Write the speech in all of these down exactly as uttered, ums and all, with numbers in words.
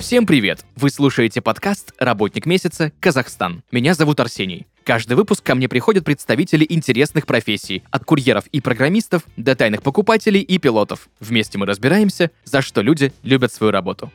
Всем привет! Вы слушаете подкаст «Работник месяца. Казахстан». Меня зовут Арсений. Каждый выпуск ко мне приходят представители интересных профессий, от курьеров и программистов до тайных покупателей и пилотов. Вместе мы разбираемся, за что люди любят свою работу.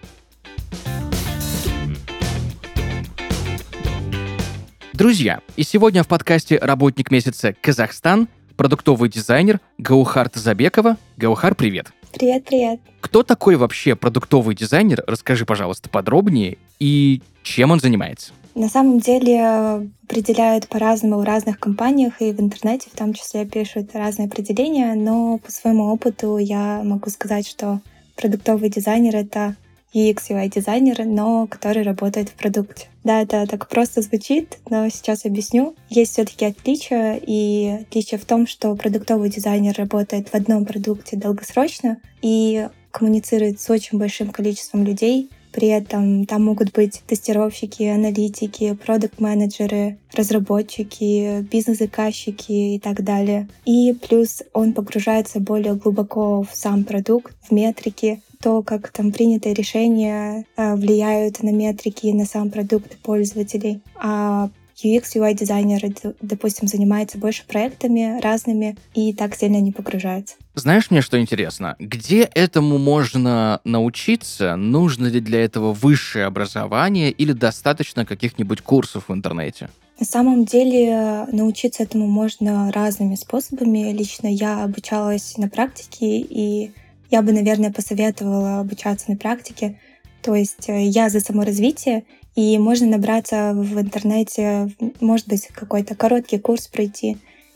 Друзья, и сегодня в подкасте «Работник месяца. Казахстан» продуктовый дизайнер Гаухар Тазабекова. Гаухар, привет! Привет, привет. Кто такой вообще продуктовый дизайнер? Расскажи, пожалуйста, подробнее. И чем он занимается? На самом деле определяют по-разному в разных компаниях и в интернете в том числе пишут разные определения, но по своему опыту я могу сказать, что продуктовый дизайнер — это ю экс ю ай-дизайнер, но который работает в продукте. Да, это так просто звучит, но сейчас объясню. Есть все-таки отличия, и отличие в том, что продуктовый дизайнер работает в одном продукте долгосрочно и коммуницирует с очень большим количеством людей. При этом там могут быть тестировщики, аналитики, продакт-менеджеры, разработчики, бизнес-заказчики и так далее. И плюс он погружается более глубоко в сам продукт, в метрики, то, как там принятые решения э, влияют на метрики и на сам продукт пользователей. А ю экс ю ай-дизайнер, допустим, занимается больше проектами разными и так сильно не погружается. Знаешь, мне что интересно? Где этому можно научиться? Нужно ли для этого высшее образование или достаточно каких-нибудь курсов в интернете? На самом деле научиться этому можно разными способами. Лично я обучалась на практике, и я бы, наверное, посоветовала обучаться на практике. То есть я за саморазвитие, и можно набраться в интернете, может быть, какой-то короткий курс пройти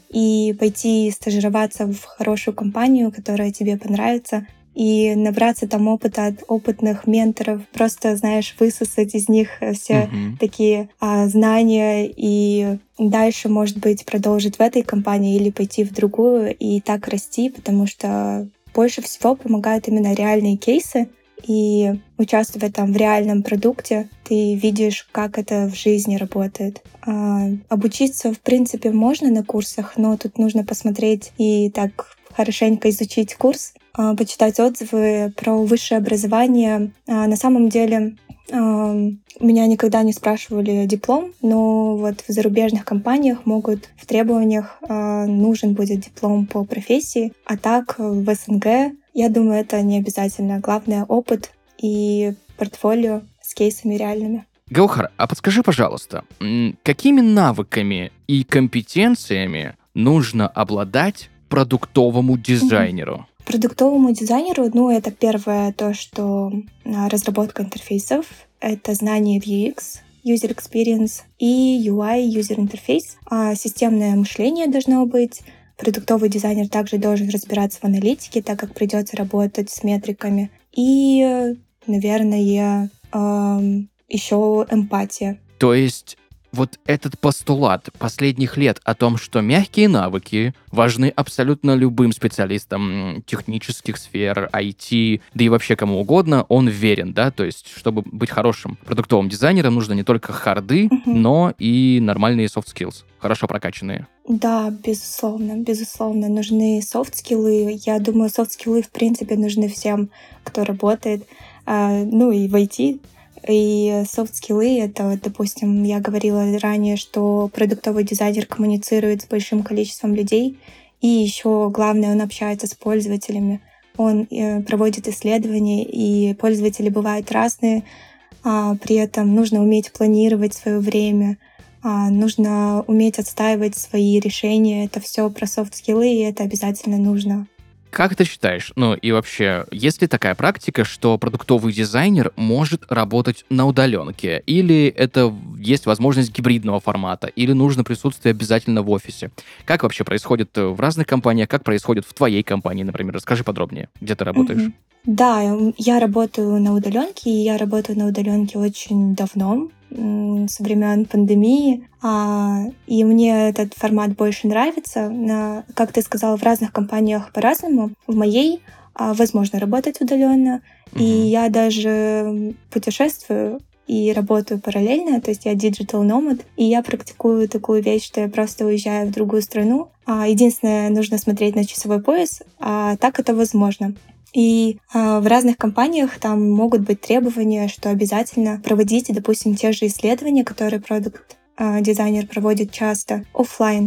и пойти стажироваться в хорошую компанию, которая тебе понравится, и набраться там опыта от опытных менторов, просто, знаешь, высосать из них все Мгм. такие а, знания и дальше, может быть, продолжить в этой компании или пойти в другую и так расти, потому что больше всего помогают именно реальные кейсы, и участвуя там в реальном продукте, ты видишь, как это в жизни работает. А, обучиться, в принципе, можно на курсах, но тут нужно посмотреть и так хорошенько изучить курс, а, почитать отзывы про высшее образование. А, на самом деле а, меня никогда не спрашивали диплом, но вот в зарубежных компаниях могут в требованиях а, нужен будет диплом по профессии, а так в эс эн гэ я думаю, это не обязательно. Главное — опыт и портфолио с кейсами реальными. Гаухар, а подскажи, пожалуйста, м, какими навыками и компетенциями нужно обладать продуктовому дизайнеру? Продуктовому дизайнеру, ну, это первое то, что а, разработка интерфейсов, это знание в ю экс, User Experience, и ю ай, User Interface. А системное мышление должно быть. Продуктовый дизайнер также должен разбираться в аналитике, так как придется работать с метриками. И, наверное, эм, еще эмпатия. То есть вот этот постулат последних лет о том, что мягкие навыки важны абсолютно любым специалистам м, технических сфер, ай ти, да и вообще кому угодно, он верен, да? То есть, чтобы быть хорошим продуктовым дизайнером, нужно не только харды, Мгм. но и нормальные soft skills, хорошо прокачанные. Да, безусловно, безусловно, нужны софт-скиллы. Я думаю, софт-скиллы, в принципе, нужны всем, кто работает, а, ну и в ай ти. И софт-скиллы — это, вот, допустим, я говорила ранее, что продуктовый дизайнер коммуницирует с большим количеством людей, и еще главное, он общается с пользователями. Он э, проводит исследования, и пользователи бывают разные, а, при этом нужно уметь планировать свое время, а, нужно уметь отстаивать свои решения. Это все про софт-скиллы, и это обязательно нужно. Как ты считаешь, ну и вообще, есть ли такая практика, что продуктовый дизайнер может работать на удаленке? Или это есть возможность гибридного формата? Или нужно присутствие обязательно в офисе? Как вообще происходит в разных компаниях? Как происходит в твоей компании, например? Расскажи подробнее, где ты работаешь. Мгм. Да, м, я работаю на удаленке, и я работаю на удаленке очень давно, м, со времен пандемии, а, и мне этот формат больше нравится. На- Как ты сказала, в разных компаниях по-разному. В моей а, возможно работать удаленно, и Мгм. я даже м, путешествую и работаю параллельно, то есть я digital nomad, и я практикую такую вещь, что я просто уезжаю в другую страну. А, Единственное, нужно смотреть на часовой пояс, а так это возможно. И э, в разных компаниях там могут быть требования, что обязательно проводите, допустим, те же исследования, которые продукт-дизайнер проводит часто, оффлайн.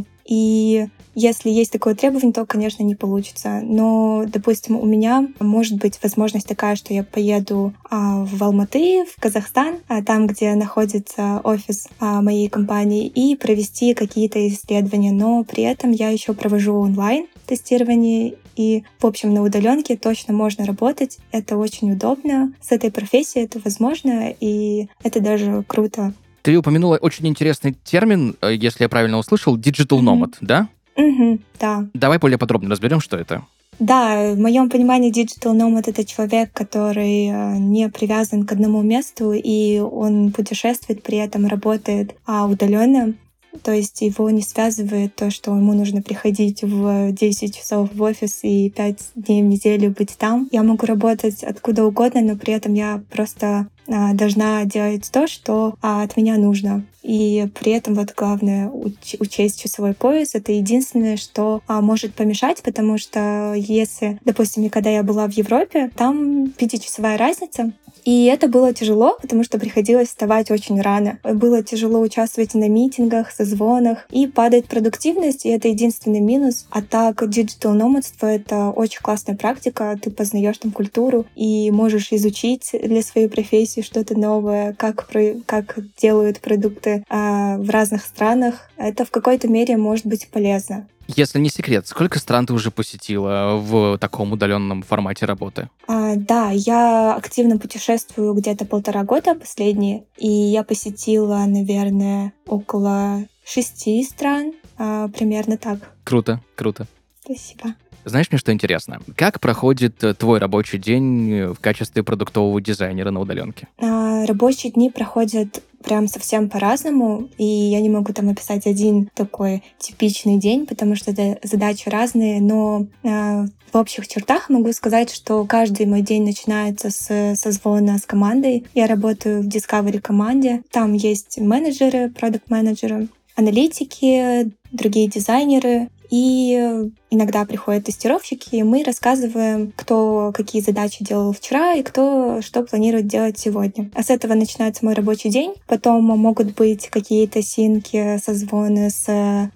И если есть такое требование, то, конечно, не получится. Но, допустим, у меня может быть возможность такая, что я поеду а, в Алматы, в Казахстан, а, там, где находится офис а, моей компании, и провести какие-то исследования. Но при этом я еще провожу онлайн тестирование, и, в общем, на удаленке точно можно работать. Это очень удобно. С этой профессией это возможно, и это даже круто. Ты упомянула очень интересный термин, если я правильно услышал, digital nomad, mm-hmm. да? Mm-hmm, да. Давай более подробно разберем, что это. Да, в моем понимании digital nomad — это человек, который не привязан к одному месту, и он путешествует, при этом работает удаленно. То есть его не связывает то, что ему нужно приходить в десять часов в офис и пять дней в неделю быть там. Я могу работать откуда угодно, но при этом я просто а, должна делать то, что а, от меня нужно. И при этом вот главное уч- учесть часовой пояс. Это единственное, что а, может помешать, потому что если, допустим, когда я была в Европе, там пятичасовая разница, и это было тяжело, потому что приходилось вставать очень рано. Было тяжело участвовать на митингах, созвонах, и падает продуктивность, и это единственный минус. А так, digital nomadство — это очень классная практика, ты познаешь там культуру и можешь изучить для своей профессии что-то новое, как, как делают продукты а, в разных странах. Это в какой-то мере может быть полезно. Если не секрет, сколько стран ты уже посетила в таком удаленном формате работы? А, да, я активно путешествую где-то полтора года последние, и я посетила, наверное, около шести стран, а, примерно так. Круто, круто. Спасибо. Знаешь, мне что интересно? Как проходит твой рабочий день в качестве продуктового дизайнера на удаленке? А, рабочие дни проходят прям совсем по-разному, и я не могу там описать один такой типичный день, потому что задачи разные, но э, в общих чертах могу сказать, что каждый мой день начинается с созвона с командой. Я работаю в Discovery команде, там есть менеджеры, продакт-менеджеры, аналитики, другие дизайнеры, и иногда приходят тестировщики, и мы рассказываем, кто какие задачи делал вчера и кто что планирует делать сегодня. А с этого начинается мой рабочий день. Потом могут быть какие-то синки, созвоны с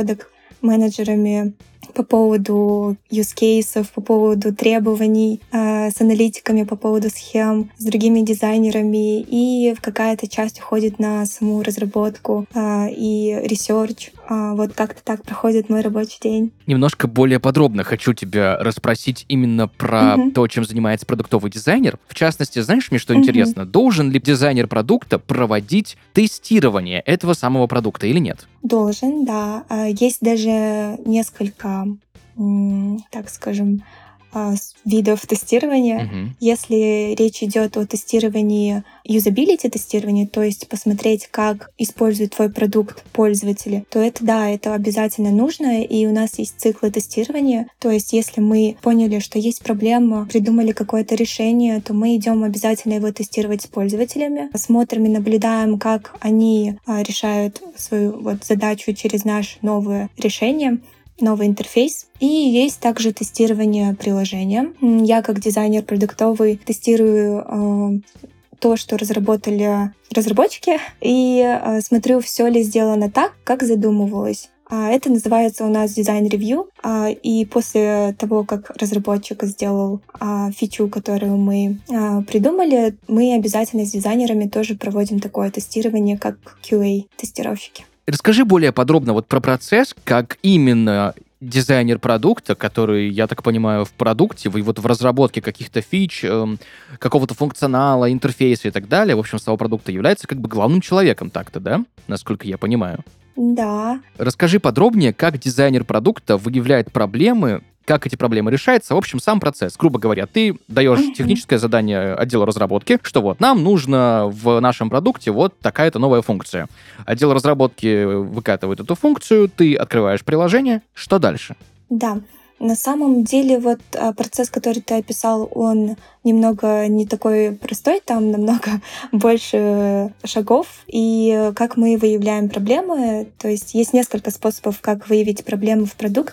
продакт-менеджерами по поводу use cases, по поводу требований, э, с аналитиками, по поводу схем, с другими дизайнерами, и какая-то часть уходит на саму разработку э, и research. Э, вот как-то так проходит мой рабочий день. Немножко более подробно хочу тебя расспросить именно про uh-huh. то, чем занимается продуктовый дизайнер. В частности, знаешь, мне что uh-huh. интересно, должен ли дизайнер продукта проводить тестирование этого самого продукта или нет? Должен, да. Есть даже несколько, так скажем, видов тестирования. Uh-huh. Если речь идет о тестировании юзабилити тестирования, то есть посмотреть, как использует твой продукт пользователи, то это да, это обязательно нужно, и у нас есть циклы тестирования. То есть если мы поняли, что есть проблема, придумали какое-то решение, то мы идем обязательно его тестировать с пользователями, смотрим и наблюдаем, как они решают свою вот задачу через наше новое решение, новый интерфейс. И есть также тестирование приложения. Я как дизайнер продуктовый тестирую э, то, что разработали разработчики, и э, смотрю, все ли сделано так, как задумывалось. Это называется у нас дизайн-ревью, и после того, как разработчик сделал фичу, которую мы придумали, мы обязательно с дизайнерами тоже проводим такое тестирование, как кью эй-тестировщики. Расскажи более подробно вот про процесс, как именно дизайнер продукта, который, я так понимаю, в продукте, вы вот в разработке каких-то фич, э, какого-то функционала, интерфейса и так далее, в общем, самого продукта является как бы главным человеком так-то, да? Насколько я понимаю. Да. Расскажи подробнее, как дизайнер продукта выявляет проблемы, как эти проблемы решаются, в общем, сам процесс. Грубо говоря, ты даешь uh-huh. техническое задание отделу разработки, что вот нам нужно в нашем продукте вот такая-то новая функция. Отдел разработки выкатывает эту функцию, ты открываешь приложение. Что дальше? Да. На самом деле вот процесс, который ты описал, он немного не такой простой, там намного больше шагов. И как мы выявляем проблемы, то есть есть несколько способов, как выявить проблемы в продукте.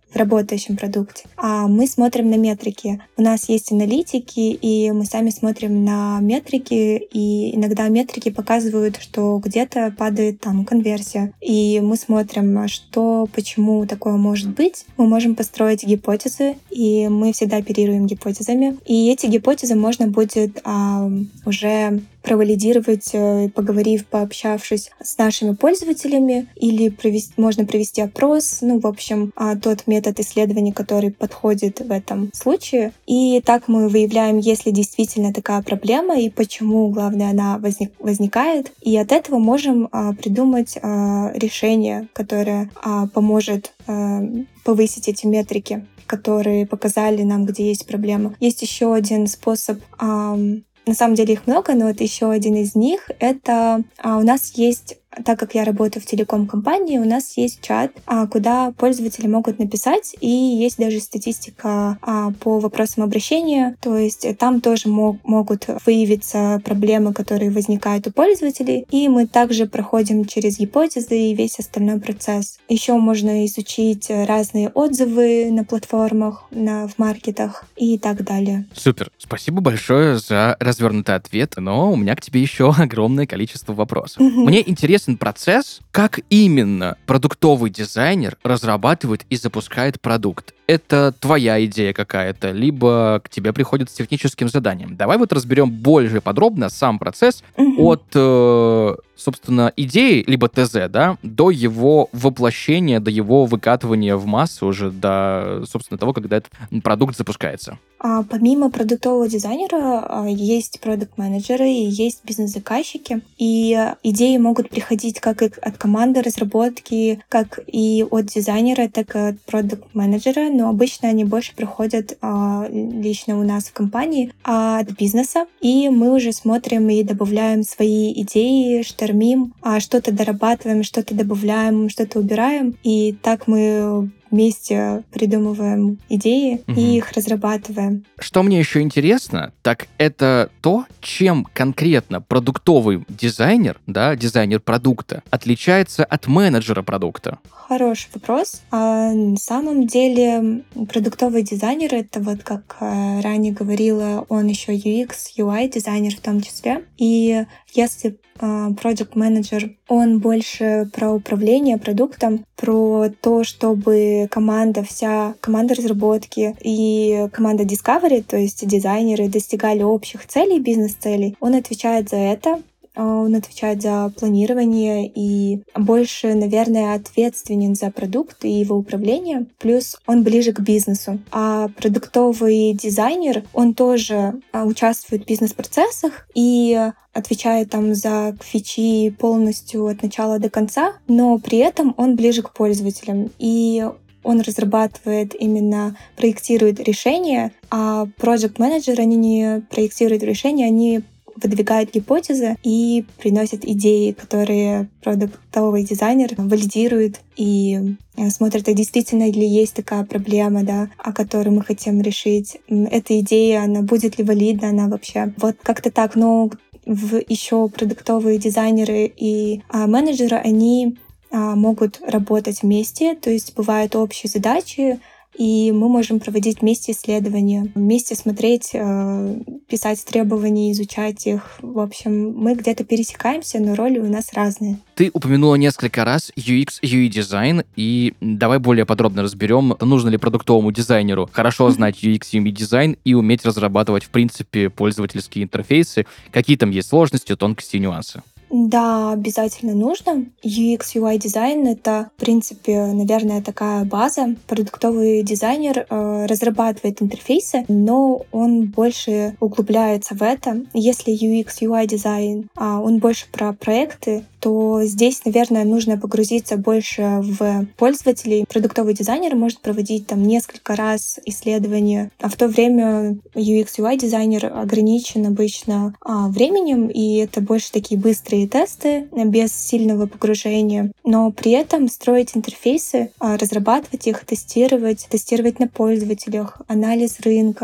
в работающем продукте. А мы смотрим на метрики. У нас есть аналитики, и мы сами смотрим на метрики, и иногда метрики показывают, что где-то падает там конверсия. И мы смотрим, что, почему такое может быть. Мы можем построить гипотезы, и мы всегда оперируем гипотезами. И эти гипотезы можно будет а, уже провалидировать, поговорив, пообщавшись с нашими пользователями, или провести, можно провести опрос, ну, в общем, тот метод исследования, который подходит в этом случае. И так мы выявляем, есть ли действительно такая проблема и почему, главное, она возник, возникает. И от этого можем а, придумать а, решение, которое а, поможет а, повысить эти метрики, которые показали нам, где есть проблема. Есть еще один способ. А, На самом деле их много, но вот еще один из них — это а, у нас есть, так как я работаю в телеком-компании, у нас есть чат, а, куда пользователи могут написать, и есть даже статистика а, по вопросам обращения, то есть там тоже мог, могут выявиться проблемы, которые возникают у пользователей, и мы также проходим через гипотезы и весь остальной процесс. Еще можно изучить разные отзывы на платформах, на, в маркетах и так далее. Супер. Спасибо большое за развернутый ответ, но у меня к тебе еще огромное количество вопросов. Мне интересен процесс, как именно продуктовый дизайнер разрабатывает и запускает продукт. Это твоя идея какая-то, либо к тебе приходят с техническим заданием. Давай вот разберем более подробно сам процесс от, э, собственно, идеи, либо ТЗ, да, до его воплощения, до его выкатывания в массу уже, до, собственно, того, когда этот продукт запускается. А помимо продуктового дизайнера есть продукт-менеджеры и есть бизнес-заказчики. И идеи могут приходить как и от команды разработки, как и от дизайнера, так и от продукт-менеджера. Но обычно они больше приходят а, лично у нас в компании от бизнеса. И мы уже смотрим и добавляем свои идеи, штормим, а что-то дорабатываем, что-то добавляем, что-то убираем. И так мы вместе придумываем идеи угу. и их разрабатываем. Что мне еще интересно, так это то, чем конкретно продуктовый дизайнер, да, дизайнер продукта, отличается от менеджера продукта. Хороший вопрос. А на самом деле продуктовый дизайнер — это вот, как ранее говорила, он еще ю экс, ю ай дизайнер в том числе. И если Project Manager, он больше про управление продуктом, про то, чтобы команда, вся команда разработки и команда Discovery, то есть дизайнеры, достигали общих целей, бизнес-целей. Он отвечает за это. Он отвечает за планирование и больше, наверное, ответственен за продукт и его управление. Плюс он ближе к бизнесу. А продуктовый дизайнер, он тоже участвует в бизнес-процессах и отвечает там за фичи полностью от начала до конца, но при этом он ближе к пользователям. И он разрабатывает, именно проектирует решения, а проект-менеджеры, они не проектируют решения, они выдвигают гипотезы и приносят идеи, которые продуктовый дизайнер валидирует и смотрит, а действительно ли есть такая проблема, да, о которой мы хотим решить. Эта идея, она будет ли валидна, она вообще. Вот как-то так. Но в еще продуктовые дизайнеры и а, менеджеры, они а, могут работать вместе, то есть бывают общие задачи, и мы можем проводить вместе исследования, вместе смотреть, писать требования, изучать их. В общем, мы где-то пересекаемся, но роли у нас разные. Ты упомянула несколько раз ю экс, ю ай дизайн, и давай более подробно разберем, нужно ли продуктовому дизайнеру хорошо знать ю экс, ю ай дизайн и уметь разрабатывать, в принципе, пользовательские интерфейсы. Какие там есть сложности, тонкости и нюансы? Да, обязательно нужно. ю экс, ю ай дизайн — это, в принципе, наверное, такая база. Продуктовый дизайнер э, разрабатывает интерфейсы, но он больше углубляется в это. Если ю экс, ю ай дизайн, э, он больше про проекты, то здесь, наверное, нужно погрузиться больше в пользователей. Продуктовый дизайнер может проводить там несколько раз исследования, а в то время ю экс, ю ай дизайнер ограничен обычно а, временем, и это больше такие быстрые тесты без сильного погружения. Но при этом строить интерфейсы, а, разрабатывать их, тестировать, тестировать на пользователях, анализ рынка,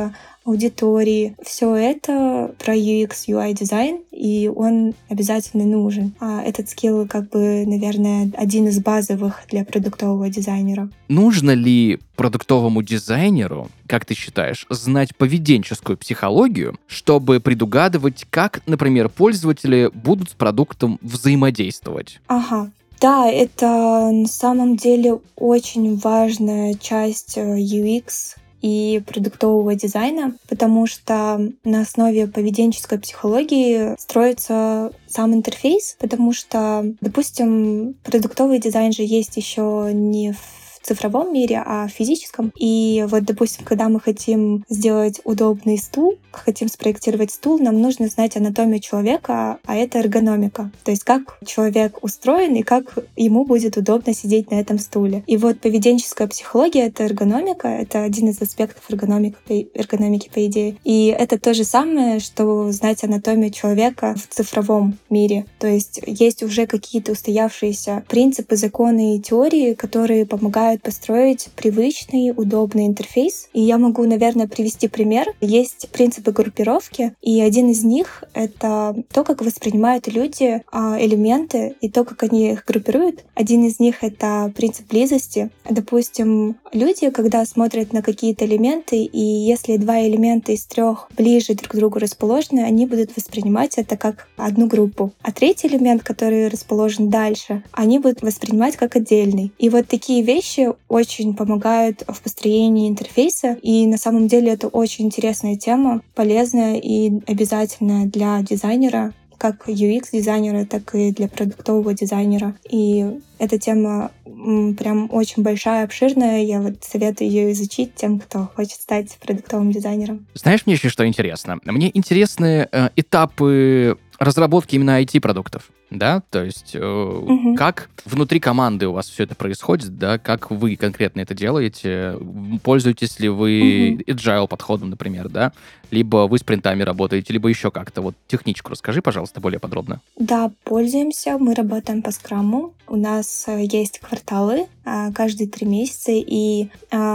аудитории. Все это про ю экс, ю ай дизайн, и он обязательно нужен. А этот скилл, как бы, наверное, один из базовых для продуктового дизайнера. Нужно ли продуктовому дизайнеру, как ты считаешь, знать поведенческую психологию, чтобы предугадывать, как, например, пользователи будут с продуктом взаимодействовать? Ага. Да, это на самом деле очень важная часть ю экс и продуктового дизайна, потому что на основе поведенческой психологии строится сам интерфейс, потому что, допустим, продуктовый дизайн же есть еще не в цифровом мире, а в физическом. И вот, допустим, когда мы хотим сделать удобный стул, хотим спроектировать стул, нам нужно знать анатомию человека, а это эргономика. То есть как человек устроен и как ему будет удобно сидеть на этом стуле. И вот поведенческая психология — это эргономика, это один из аспектов эргономики, эргономики по идее. И это то же самое, что знать анатомию человека в цифровом мире. То есть есть уже какие-то устоявшиеся принципы, законы и теории, которые помогают построить привычный, удобный интерфейс. И я могу, наверное, привести пример. Есть принципы группировки, и один из них — это то, как воспринимают люди элементы и то, как они их группируют. Один из них — это принцип близости. Допустим, люди, когда смотрят на какие-то элементы, и если два элемента из трех ближе друг к другу расположены, они будут воспринимать это как одну группу. А третий элемент, который расположен дальше, они будут воспринимать как отдельный. И вот такие вещи очень помогают в построении интерфейса, и на самом деле это очень интересная тема, полезная и обязательная для дизайнера, как ю экс-дизайнера, так и для продуктового дизайнера. И эта тема м, прям очень большая, обширная. Я вот советую ее изучить тем, кто хочет стать продуктовым дизайнером. Знаешь, мне еще что интересно? Мне интересны э, этапы разработки именно ай ти-продуктов. Да, то есть э, угу. как внутри команды у вас все это происходит, да, как вы конкретно это делаете, пользуетесь ли вы угу. agile подходом, например, да, либо вы спринтами работаете, либо еще как-то. Вот техничку расскажи, пожалуйста, более подробно. Да, пользуемся, мы работаем по скраму, у нас есть кварталы каждые три месяца, и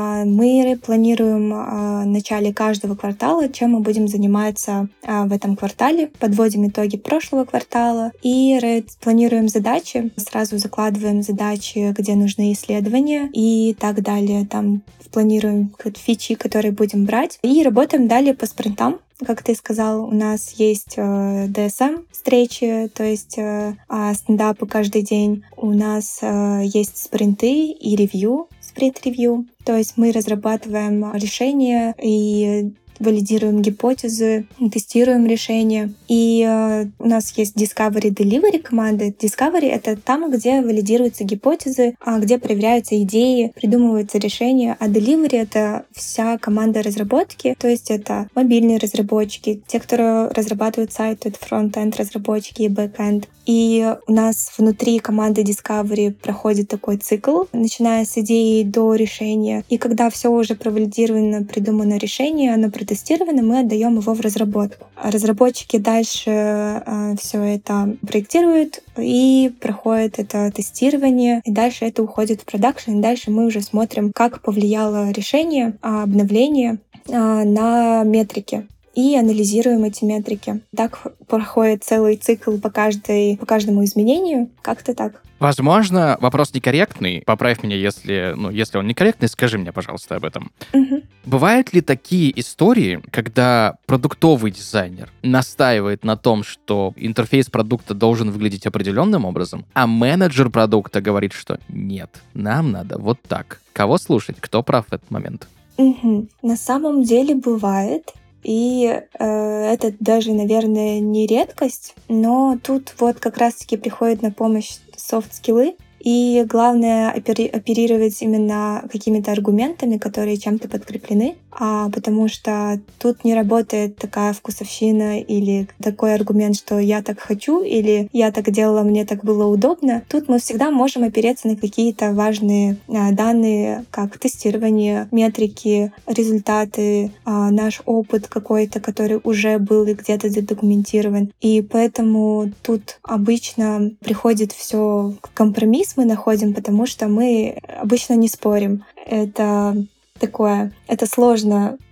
мы планируем в начале каждого квартала, чем мы будем заниматься в этом квартале, подводим итоги прошлого квартала и планируем задачи, сразу закладываем задачи, где нужны исследования и так далее. Там планируем фичи, которые будем брать, и работаем далее по спринтам. Как ты сказал, у нас есть э, ди эс эм-встречи, то есть э, стендапы каждый день. У нас э, есть спринты и ревью, спринт-ревью. То есть мы разрабатываем решения и валидируем гипотезы, тестируем решения. И э, у нас есть Discovery Delivery команды. Discovery — это там, где валидируются гипотезы, а где проверяются идеи, придумываются решения. А Delivery — это вся команда разработки, то есть это мобильные разработчики, те, кто разрабатывают сайт, это фронт-энд разработчики и бэк-энд. И у нас внутри команды Discovery проходит такой цикл, начиная с идеи до решения. И когда все уже провалидировано, придумано решение, оно протестировано, мы отдаем его в разработку. Разработчики дальше э, все это проектируют и проходит это тестирование, и дальше это уходит в продакшн, и дальше мы уже смотрим, как повлияло решение, обновление э, на метрики. И анализируем эти метрики. Так проходит целый цикл по, каждой, по каждому изменению. Как-то так. Возможно, вопрос некорректный. Поправь меня, если, ну, если он некорректный, скажи мне, пожалуйста, об этом. Угу. Бывают ли такие истории, когда продуктовый дизайнер настаивает на том, что интерфейс продукта должен выглядеть определенным образом, а менеджер продукта говорит, что нет, нам надо вот так. Кого слушать? Кто прав в этот момент? Угу. На самом деле бывает. И э, это даже, наверное, не редкость, но тут вот как раз-таки приходит на помощь софт-скиллы. И главное опери- оперировать именно какими-то аргументами, которые чем-то подкреплены, а, потому что тут не работает такая вкусовщина или такой аргумент, что я так хочу или я так делала, мне так было удобно. Тут мы всегда можем опереться на какие-то важные а, данные, как тестирование, метрики, результаты, а, наш опыт какой-то, который уже был и где-то задокументирован. И поэтому тут обычно приходит все к компромиссу, мы находим, потому что мы обычно не спорим. Это такое, это сложно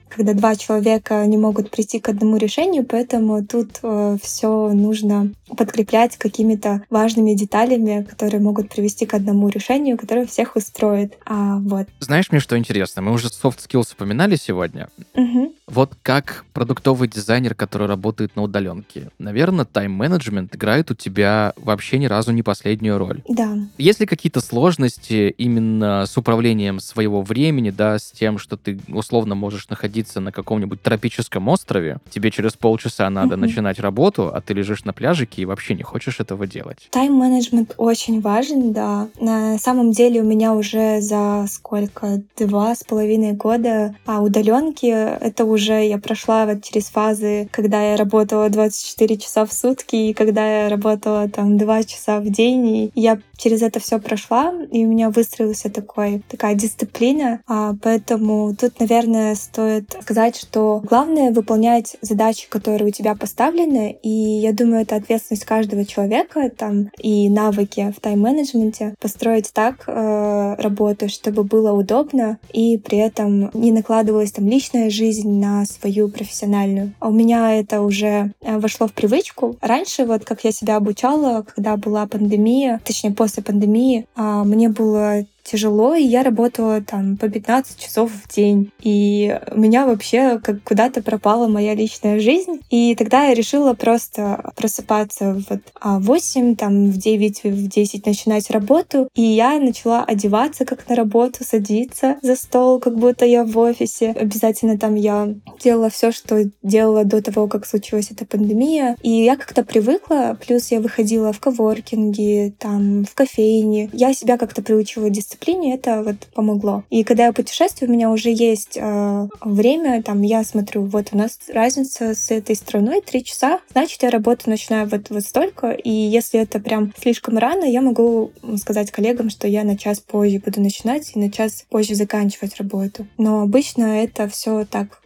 когда два человека не могут прийти к одному решению, поэтому тут э, все нужно подкреплять какими-то важными деталями, которые могут привести к одному решению, которое всех устроит. А, вот. Знаешь, мне что интересно? Мы уже soft skills упоминали сегодня. Угу. Вот как продуктовый дизайнер, который работает на удаленке, наверное, тайм-менеджмент играет у тебя вообще ни разу не последнюю роль. Да. Есть ли какие-то сложности именно с управлением своего времени, да, с тем, что ты условно можешь находиться на каком-нибудь тропическом острове, тебе через полчаса надо Мгм. начинать работу, а ты лежишь на пляжике и вообще не хочешь этого делать? Тайм-менеджмент очень важен, да. На самом деле у меня уже за сколько? Два с половиной года а удаленки. Это уже я прошла вот через фазы, когда я работала двадцать четыре часа в сутки, и когда я работала там два часа в день. И я через это все прошла, и у меня выстроилась такой, такая дисциплина. А, поэтому тут, наверное, стоит сказать, что главное — выполнять задачи, которые у тебя поставлены. И я думаю, это ответственность каждого человека там, и навыки в тайм-менеджменте построить так э, работу, чтобы было удобно, и при этом не накладывалась там личная жизнь на свою профессиональную. А у меня это уже э, вошло в привычку. Раньше, вот как я себя обучала, когда была пандемия, точнее после пандемии, э, мне было тяжело, и я работала там по пятнадцать часов в день. И у меня вообще как куда-то пропала моя личная жизнь. И тогда я решила просто просыпаться вот в восемь, там в девять, в десять начинать работу. И я начала одеваться как на работу, садиться за стол, как будто я в офисе. Обязательно там я делала все, что делала до того, как случилась эта пандемия. И я как-то привыкла, плюс я выходила в коворкинги, там, в кофейни. Я себя как-то приучила дисциплине, это вот помогло. И когда я путешествую, у меня уже есть э, время, там я смотрю, вот у нас разница с этой страной три часа, значит, я работу начинаю вот, вот столько, и если это прям слишком рано, я могу сказать коллегам, что я на час позже буду начинать и на час позже заканчивать работу. Но обычно это все так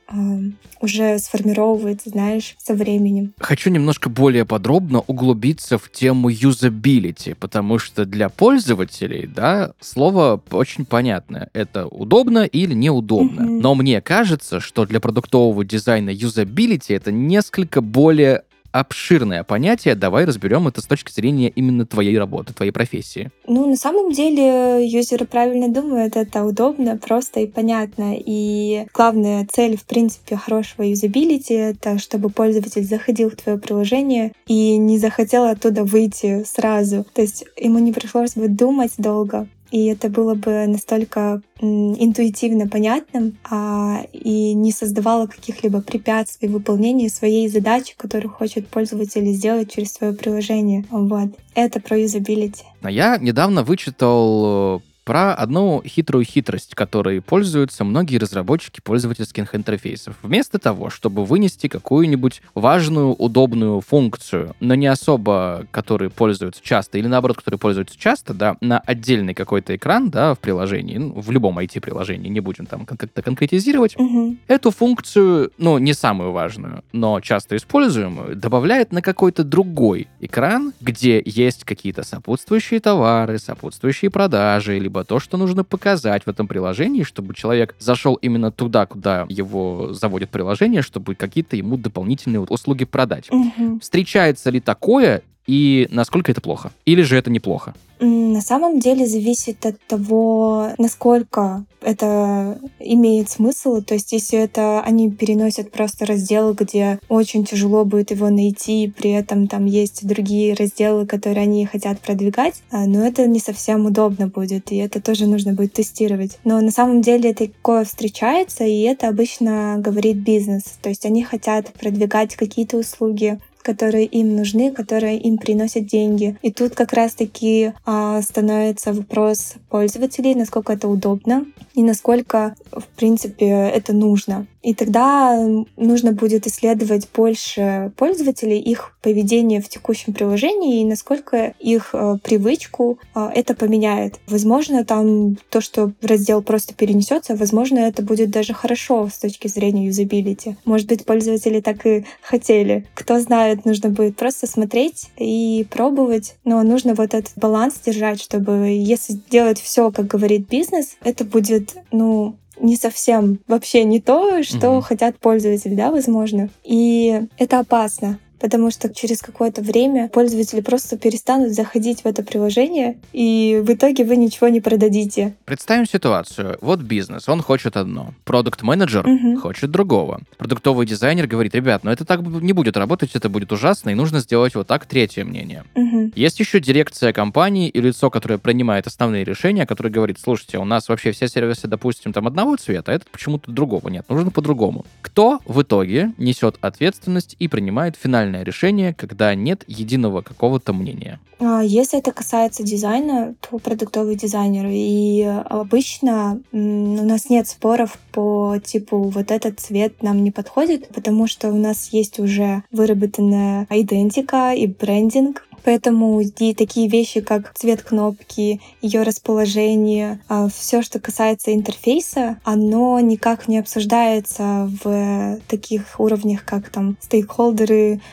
уже сформировывается, знаешь, со временем. Хочу немножко более подробно углубиться в тему юзабилити, потому что для пользователей, да, слово очень понятное. Это удобно или неудобно. Mm-hmm. Но мне кажется, что для продуктового дизайна юзабилити это несколько более обширное понятие. Давай разберем это с точки зрения именно твоей работы, твоей профессии. Ну, на самом деле, юзеры правильно думают, это удобно, просто и понятно. И главная цель, в принципе, хорошего юзабилити — это чтобы пользователь заходил в твое приложение и не захотел оттуда выйти сразу. То есть ему не пришлось бы думать долго. И это было бы настолько м, интуитивно понятным а, и не создавало каких-либо препятствий в выполнении своей задачи, которую хочет пользователь сделать через свое приложение. Вот. Это про юзабилити. Я недавно вычитал про одну хитрую хитрость, которой пользуются многие разработчики пользовательских интерфейсов. Вместо того, чтобы вынести какую-нибудь важную, удобную функцию, но не особо, которые пользуются часто, или наоборот, которые пользуются часто, да, на отдельный какой-то экран, да, в приложении, ну, в любом ай ти-приложении, не будем там как-то конкретизировать, Угу. эту функцию, ну, не самую важную, но часто используемую, добавляет на какой-то другой экран, где есть какие-то сопутствующие товары, сопутствующие продажи, либо то, что нужно показать в этом приложении, чтобы человек зашел именно туда, куда его заводит приложение, чтобы какие-то ему дополнительные услуги продать. Угу. Встречается ли такое и насколько это плохо? Или же это неплохо? На самом деле зависит от того, насколько это имеет смысл. То есть если это они переносят просто раздел, где очень тяжело будет его найти, при этом там есть другие разделы, которые они хотят продвигать, но это не совсем удобно будет, и это тоже нужно будет тестировать. Но на самом деле такое встречается, и это обычно говорит бизнес. То есть они хотят продвигать какие-то услуги, которые им нужны, которые им приносят деньги. И тут как раз-таки а, становится вопрос пользователей, насколько это удобно и насколько, в принципе, это нужно. И тогда нужно будет исследовать больше пользователей, их поведение в текущем приложении и насколько их э, привычку э, это поменяет. Возможно, там то, что раздел просто перенесется, возможно, это будет даже хорошо с точки зрения юзабилити. Может быть, пользователи так и хотели. Кто знает, нужно будет просто смотреть и пробовать. Но нужно вот этот баланс держать, чтобы если делать все, как говорит бизнес, это будет, ну, не совсем вообще не то, что mm-hmm. хотят пользователи, да, возможно. И это опасно. Потому что через какое-то время пользователи просто перестанут заходить в это приложение, и в итоге вы ничего не продадите. Представим ситуацию. Вот бизнес, он хочет одно. Продукт-менеджер uh-huh. хочет другого. Продуктовый дизайнер говорит: ребят, ну это так не будет работать, это будет ужасно, и нужно сделать вот так, третье мнение. Uh-huh. Есть еще дирекция компании и лицо, которое принимает основные решения, которое говорит: слушайте, у нас вообще все сервисы, допустим, там одного цвета, а этот почему-то другого нет, нужно по-другому. Кто в итоге несет ответственность и принимает финальное решение, когда нет единого какого-то мнения? Если это касается дизайна, то продуктовый дизайнер. И обычно у нас нет споров по типу вот этот цвет нам не подходит, потому что у нас есть уже выработанная идентика и брендинг. Поэтому и такие вещи, как цвет кнопки, ее расположение, все, что касается интерфейса, оно никак не обсуждается в таких уровнях, как там стейкхолдеры,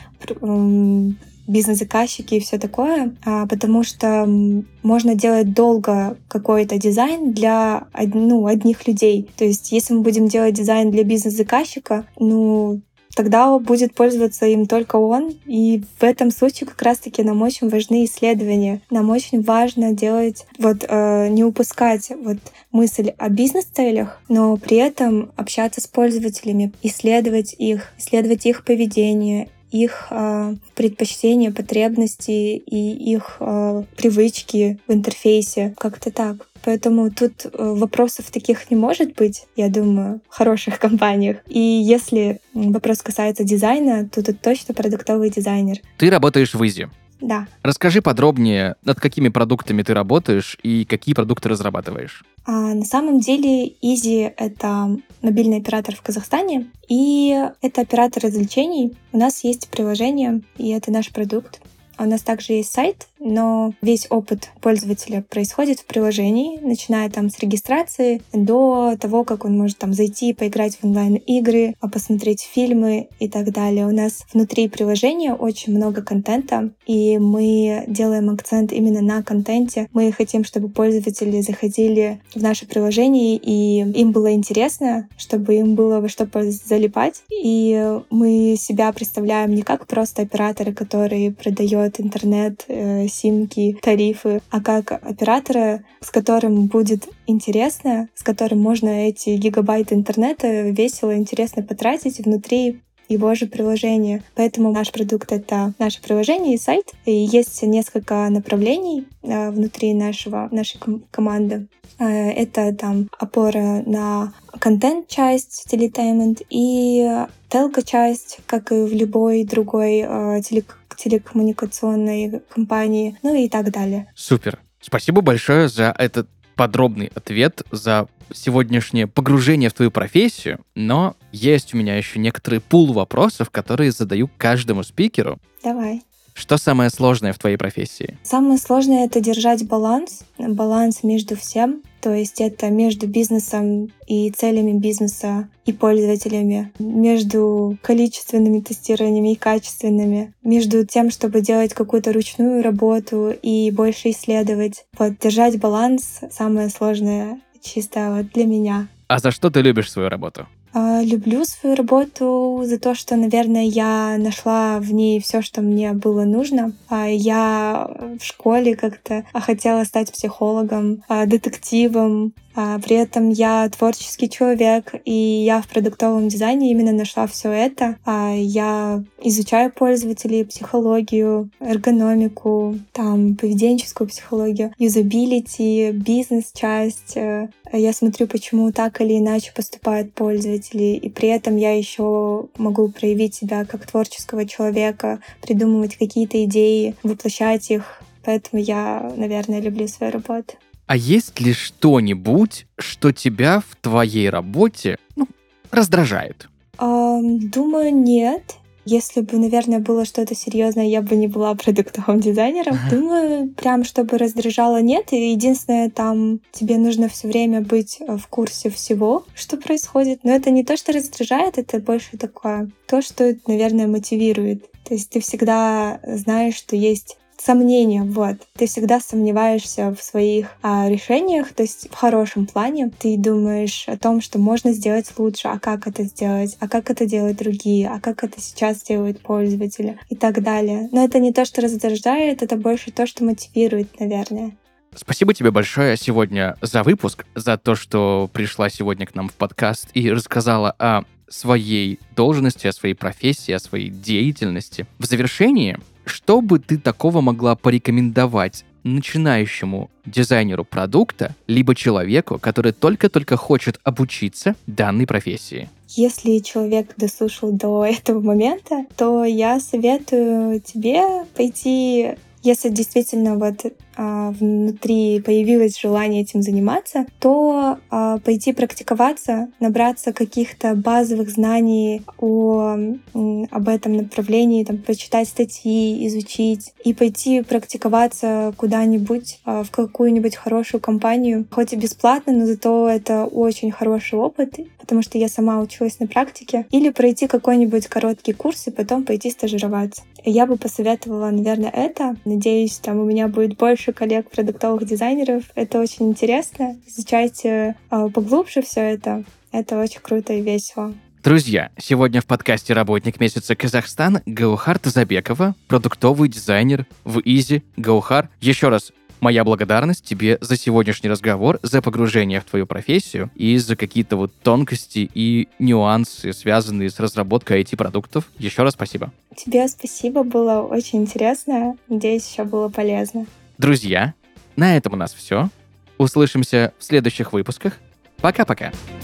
бизнес-заказчики и все такое, потому что можно делать долго какой-то дизайн для ну, одних людей. То есть если мы будем делать дизайн для бизнес-заказчика, ну, тогда будет пользоваться им только он. И в этом случае как раз-таки нам очень важны исследования. Нам очень важно делать, вот э, не упускать вот мысль о бизнес-целях, но при этом общаться с пользователями, исследовать их, исследовать их поведение, их э, предпочтения, потребности и их э, привычки в интерфейсе. Как-то так. Поэтому тут вопросов таких не может быть, я думаю, в хороших компаниях. И если вопрос касается дизайна, то тут точно продуктовый дизайнер. Ты работаешь в Изи. Да. Расскажи подробнее, над какими продуктами ты работаешь и какие продукты разрабатываешь. А, на самом деле Изи — это мобильный оператор в Казахстане, и это оператор развлечений. У нас есть приложение, и это наш продукт. У нас также есть сайт, но весь опыт пользователя происходит в приложении, начиная там с регистрации до того, как он может там зайти, поиграть в онлайн-игры, посмотреть фильмы и так далее. У нас внутри приложения очень много контента, и мы делаем акцент именно на контенте. Мы хотим, чтобы пользователи заходили в наше приложение, и им было интересно, чтобы им было во что залипать. И мы себя представляем не как просто операторы, которые продают интернет, симки, тарифы, а как оператора, с которым будет интересно, с которым можно эти гигабайты интернета весело, интересно потратить внутри его же приложения. Поэтому наш продукт — это наше приложение и сайт. И есть несколько направлений э, внутри нашего, нашей ком- команды. Э, это там опора на контент-часть, телетаймент, и телко-часть, как и в любой другой э, телек- телекоммуникационной компании, ну и так далее. Супер. Спасибо большое за этот подробный ответ, за сегодняшнее погружение в твою профессию, но есть у меня еще некоторый пул вопросов, которые задаю каждому спикеру. Давай. Что самое сложное в твоей профессии? Самое сложное — это держать баланс, баланс между всем. То есть это между бизнесом и целями бизнеса, и пользователями, между количественными тестированиями и качественными, между тем, чтобы делать какую-то ручную работу и больше исследовать. Вот держать баланс — самое сложное чисто вот для меня. А за что ты любишь свою работу? Люблю свою работу за то, что, наверное, я нашла в ней все, что мне было нужно. Я в школе как-то хотела стать психологом, детективом. При этом я творческий человек, и я в продуктовом дизайне именно нашла все это. Я изучаю пользователей, психологию, эргономику, там, поведенческую психологию, юзабилити, бизнес-часть. Я смотрю, почему так или иначе поступают пользователи, и при этом я еще могу проявить себя как творческого человека, придумывать какие-то идеи, воплощать их. Поэтому я, наверное, люблю свою работу. А есть ли что-нибудь, что тебя в твоей работе, ну, раздражает? Um, думаю, нет. Если бы, наверное, было что-то серьезное, я бы не была продуктовым дизайнером. Думаю, прям чтобы раздражало, нет. И единственное, там тебе нужно все время быть в курсе всего, что происходит. Но это не то, что раздражает, это больше такое то, что, наверное, мотивирует. То есть ты всегда знаешь, что есть сомнения, вот. Ты всегда сомневаешься в своих а, решениях, то есть в хорошем плане. Ты думаешь о том, что можно сделать лучше, а как это сделать, а как это делают другие, а как это сейчас делают пользователи и так далее. Но это не то, что раздражает, это больше то, что мотивирует, наверное. Спасибо тебе большое сегодня за выпуск, за то, что пришла сегодня к нам в подкаст и рассказала о своей должности, о своей профессии, о своей деятельности. В завершении, что бы ты такого могла порекомендовать начинающему дизайнеру продукта, либо человеку, который только-только хочет обучиться данной профессии? Если человек дослушал до этого момента, то я советую тебе пойти, если действительно вот а, внутри появилось желание этим заниматься, то а, пойти практиковаться, набраться каких-то базовых знаний о, об этом направлении, там, почитать статьи, изучить и пойти практиковаться куда-нибудь, а, в какую-нибудь хорошую компанию, хоть и бесплатно, но зато это очень хороший опыт, потому что я сама училась на практике, или пройти какой-нибудь короткий курс и потом пойти стажироваться. Я бы посоветовала, наверное, это. Надеюсь, там у меня будет больше коллег-продуктовых дизайнеров. Это очень интересно. Изучайте э, поглубже все это. Это очень круто и весело. Друзья, сегодня в подкасте «Работник месяца Казахстан» Гаухар Тазабекова, продуктовый дизайнер в Изи. Гаухар, еще раз моя благодарность тебе за сегодняшний разговор, за погружение в твою профессию и за какие-то вот тонкости и нюансы, связанные с разработкой ай ти-продуктов. Еще раз спасибо. Тебе спасибо, было очень интересно. Надеюсь, еще было полезно. Друзья, на этом у нас все. Услышимся в следующих выпусках. Пока-пока.